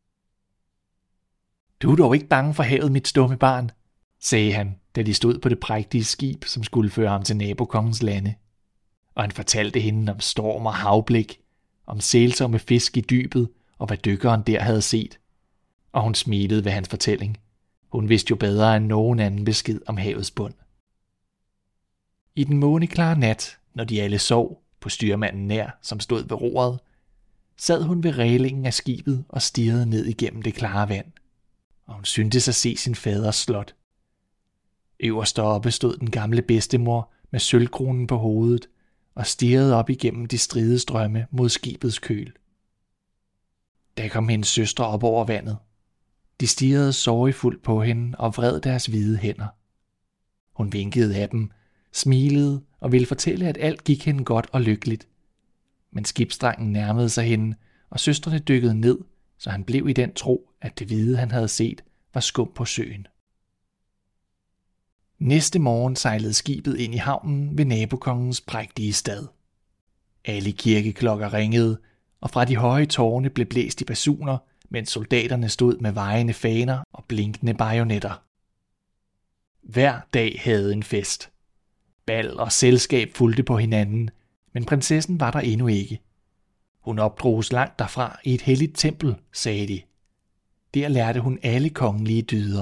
Du er dog ikke bange for havet, mit stumme barn, sagde han, da de stod på det prægtige skib, som skulle føre ham til nabokongens lande. Og han fortalte hende om storm og havblik, om sælsomme fisk i dybet og hvad dykkeren der havde set. Og hun smilede ved hans fortælling. Hun vidste jo bedre end nogen anden besked om havets bund. I den måneklare nat, når de alle sov på styrmanden nær, som stod ved roret, sad hun ved rælingen af skibet og stirrede ned igennem det klare vand. Og hun syntes at se sin faders slot. Øverst oppe stod den gamle bedstemor med sølvkronen på hovedet og stirrede op igennem de stride strømme mod skibets køl. Der kom hendes søstre op over vandet. De stirrede sorgfuldt på hende og vred deres hvide hænder. Hun vinkede af dem, smilede og ville fortælle, at alt gik hende godt og lykkeligt. Men skibsdrengen nærmede sig hende, og søstrene dykkede ned, så han blev i den tro, at det hvide, han havde set, var skum på søen. Næste morgen sejlede skibet ind i havnen ved nabokongens prægtige stad. Alle kirkeklokker ringede, og fra de høje tårne blev blæst i basuner, mens soldaterne stod med vejende faner og blinkende bajonetter. Hver dag havde en fest. Bal og selskab fulgte på hinanden, men prinsessen var der endnu ikke. Hun opdroges langt derfra i et helligt tempel, sagde de. Der lærte hun alle kongelige dyder.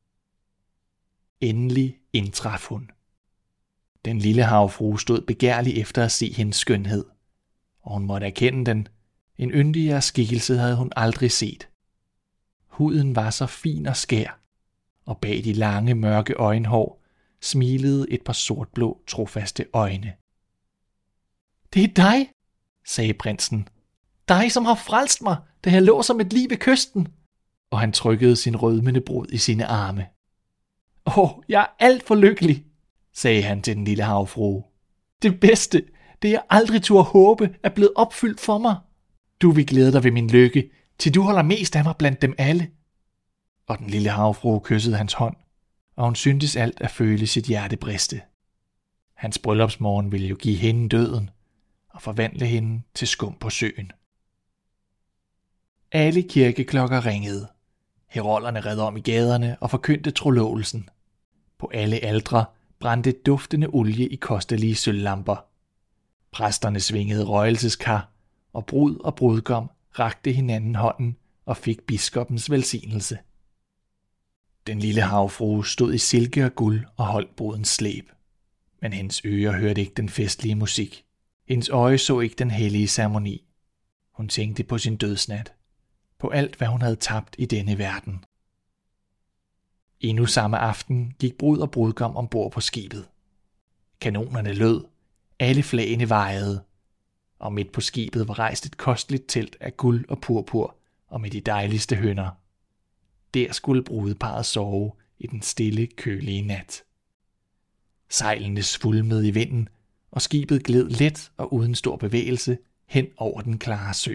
Endelig indtraf hun. Den lille havfrue stod begærlig efter at se hendes skønhed, og hun måtte erkende den. En yndigere skikkelse havde hun aldrig set. Huden var så fin og skær, og bag de lange mørke øjenhår smilede et par sortblå trofaste øjne. Det er dig, sagde prinsen. Dig, som har frelst mig, da jeg lå som et lig ved kysten. Og han trykkede sin rødmende brud i sine arme. Jeg er alt for lykkelig, sagde han til den lille havfrue. Det bedste, det jeg aldrig turde håbe, er blevet opfyldt for mig. Du vil glæde dig ved min lykke, til du holder mest af mig blandt dem alle. Og den lille havfrue kyssede hans hånd, og hun syntes alt at føle sit hjerte briste. Hans bryllupsmorgen ville jo give hende døden og forvandle hende til skum på søen. Alle kirkeklokker ringede. Herolderne red om i gaderne og forkyndte trolovelsen. På alle aldre brændte duftende olie i kostelige sølvlamper. Præsterne svingede røgelseskar, og brud og brudgom rakte hinanden hånden og fik biskoppens velsignelse. Den lille havfrue stod i silke og guld og holdt brudens slæb. Men hendes ører hørte ikke den festlige musik. Hendes øje så ikke den hellige ceremoni. Hun tænkte på sin dødsnat. På alt, hvad hun havde tabt i denne verden. Endnu samme aften gik brud og brudgom ombord på skibet. Kanonerne lød, alle flagene vajede, og midt på skibet var rejst et kosteligt telt af guld og purpur og med de dejligste hønder. Der skulle brudeparret sove i den stille, kølige nat. Sejlene svulmede i vinden, og skibet gled let og uden stor bevægelse hen over den klare sø.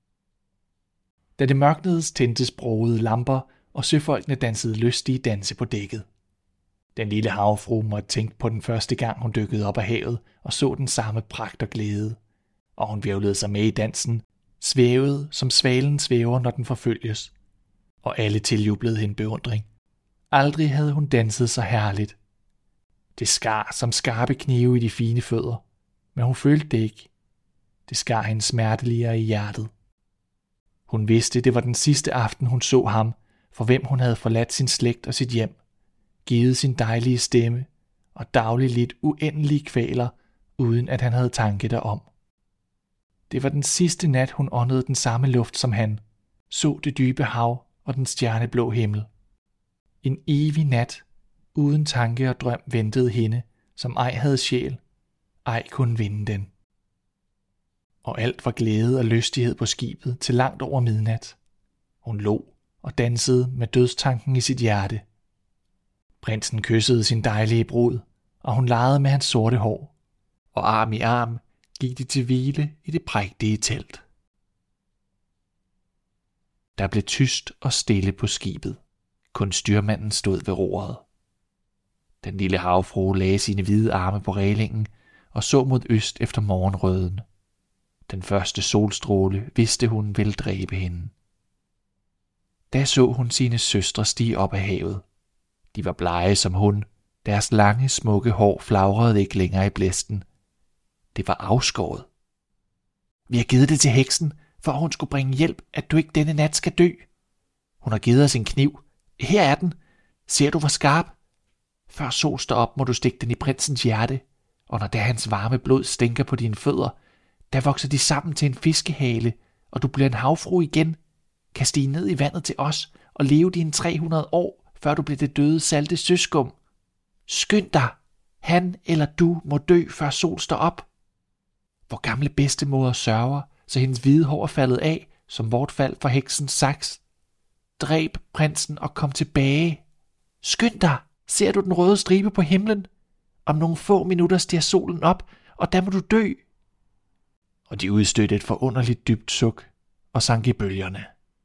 Da det mørknedes, tændtes brogede lamper, og søfolkene dansede lystige danse på dækket. Den lille havfrue måtte tænke på den første gang, hun dykkede op af havet og så den samme pragt og glæde. Og hun hvirvlede sig med i dansen, svævede som svalen svæver, når den forfølges. Og alle tiljublede hende beundring. Aldrig havde hun danset så herligt. Det skar som skarpe knive i de fine fødder, men hun følte det ikke. Det skar hende smerteligere i hjertet. Hun vidste, det var den sidste aften, hun så ham, for hvem hun havde forladt sin slægt og sit hjem, givet sin dejlige stemme og dagligt lidt uendelige kvaler, uden at han havde tanke derom. Det var den sidste nat, hun åndede den samme luft som han, så det dybe hav og den stjerneblå himmel. En evig nat, uden tanke og drøm ventede hende, som ej havde sjæl, ej kunne vinde den. Og alt var glæde og lystighed på skibet til langt over midnat. Hun lå og dansede med dødstanken i sit hjerte. Prinsen kyssede sin dejlige brud, og hun legede med hans sorte hår, og arm i arm gik de til hvile i det prægtige telt. Der blev tyst og stille på skibet. Kun styrmanden stod ved roret. Den lille havfrue lagde sine hvide arme på rælingen og så mod øst efter morgenrøden. Den første solstråle vidste hun ville dræbe hende. Da så hun sine søstre stige op af havet. De var blege som hun. Deres lange, smukke hår flagrede ikke længere i blæsten. Det var afskåret. Vi har givet det til heksen, for hun skulle bringe hjælp, at du ikke denne nat skal dø. Hun har givet os en kniv. Her er den. Ser du, hvor skarp? Før sol står op, må du stikke den i prinsens hjerte, og når der hans varme blod stinker på dine fødder, der vokser de sammen til en fiskehale, og du bliver en havfrue igen, kan stige ned i vandet til os og leve dine 300 år, før du bliver det døde salte søskum. Skynd dig! Han eller du må dø, før sol står op. Vor gamle bedstemoder sørger, så hendes hvide hår er faldet af, som vort fald for heksens saks. Dræb prinsen og kom tilbage. Skynd dig! Ser du den røde stribe på himlen? Om nogle få minutter stiger solen op, og der må du dø. Og de udstødte et forunderligt dybt suk og sank i bølgerne.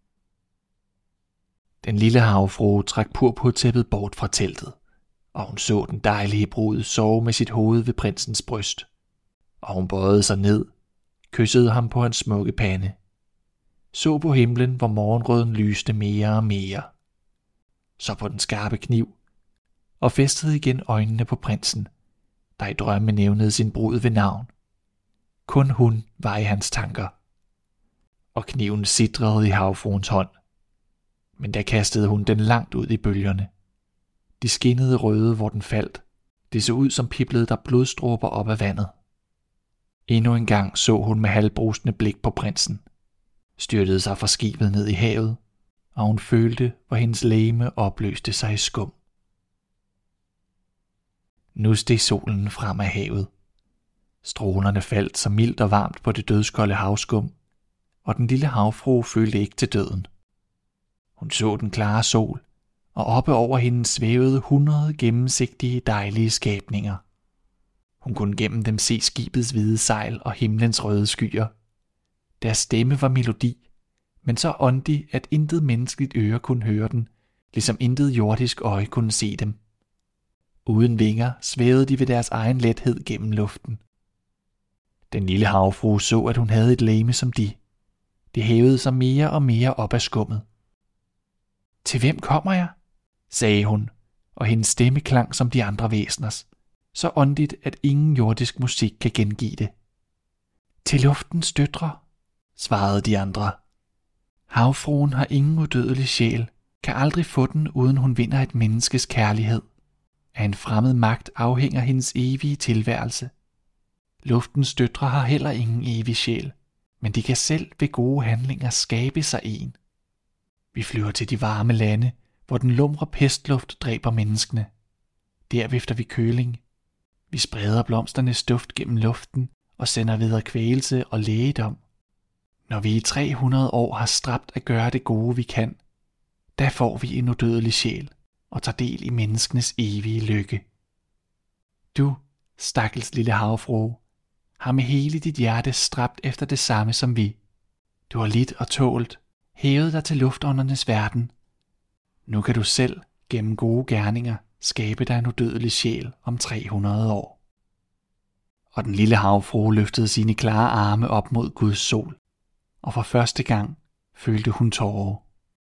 Den lille havfrue trak purpurtæppet bort fra teltet, og hun så den dejlige brud sove med sit hoved ved prinsens bryst. Og hun bøjede sig ned, kyssede ham på hans smukke pande, så på himlen, hvor morgenrøden lyste mere og mere, så på den skarpe kniv, og fæstede igen øjnene på prinsen, der i drømme nævnede sin brud ved navn. Kun hun var i hans tanker, og kniven sitrede i havfruens hånd, men der kastede hun den langt ud i bølgerne. De skinnede røde, hvor den faldt. Det så ud som piblede der blodstråber op af vandet. Endnu en gang så hun med halvbrusende blik på prinsen, styrtede sig fra skibet ned i havet, og hun følte, hvor hendes legeme opløste sig i skum. Nu steg solen frem af havet. Strålerne faldt så mildt og varmt på det dødskolde havskum, og den lille havfrue følte ikke til døden. Hun så den klare sol, og oppe over hende svævede 100 gennemsigtige, dejlige skabninger. Hun kunne gennem dem se skibets hvide sejl og himlens røde skyer. Deres stemme var melodi, men så åndig, at intet menneskeligt øre kunne høre den, ligesom intet jordisk øje kunne se dem. Uden vinger svævede de ved deres egen lethed gennem luften. Den lille havfrue så, at hun havde et legeme som de. Det hævede sig mere og mere op af skummet. Til hvem kommer jeg? Sagde hun, og hendes stemme klang som de andre væseners, så åndigt, at ingen jordisk musik kan gengive det. Til luftens døtre, svarede de andre. Havfruen har ingen udødelig sjæl, kan aldrig få den, uden hun vinder et menneskes kærlighed. Af en fremmed magt afhænger hendes evige tilværelse. Luftens døtre har heller ingen evig sjæl, men de kan selv ved gode handlinger skabe sig en. Vi flyver til de varme lande, hvor den lumre pestluft dræber menneskene. Der vifter vi køling. Vi spreder blomsternes duft gennem luften og sender videre kvælelse og lægedom. Når vi i 300 år har stræbt at gøre det gode vi kan, der får vi en udødelig sjæl og tager del i menneskenes evige lykke. Du, stakkels lille havfrue, har med hele dit hjerte stræbt efter det samme som vi. Du har lidt og tålt, hævet dig til luftåndernes verden. Nu kan du selv, gennem gode gerninger, skabe dig en udødelig sjæl om 300 år. Og den lille havfrue løftede sine klare arme op mod Guds sol, og for første gang følte hun tårer.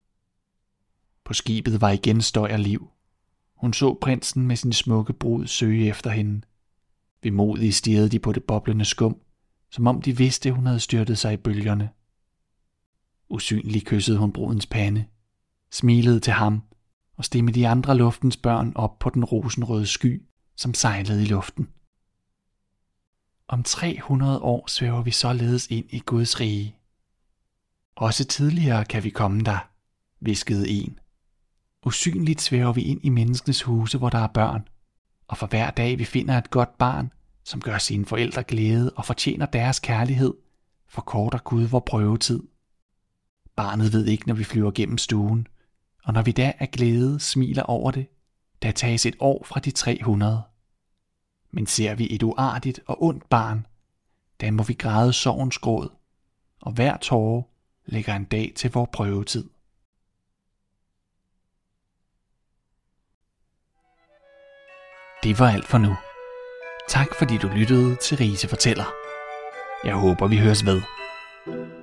På skibet var igen støj og liv. Hun så prinsen med sin smukke brud søge efter hende. Vemodigt stirrede de på det boblende skum, som om de vidste, hun havde styrtet sig i bølgerne. Usynligt kyssede hun brudens pande, smilede til ham og steg med de andre luftens børn op på den rosenrøde sky, som sejlede i luften. Om 300 år svæver vi således ind i Guds rige. Også tidligere kan vi komme der, hviskede en. Usynligt svæver vi ind i menneskenes huse, hvor der er børn, og for hver dag vi finder et godt barn, som gør sine forældre glæde og fortjener deres kærlighed, forkorter Gud vor prøvetid. Barnet ved ikke, når vi flyver gennem stuen, og når vi da af glæde smiler over det, der tages et år fra de 300. Men ser vi et uartigt og ondt barn, da må vi græde sorgens gråd, og hver tåre lægger en dag til vor prøvetid. Det var alt for nu. Tak fordi du lyttede til Rise Fortæller. Jeg håber vi høres ved.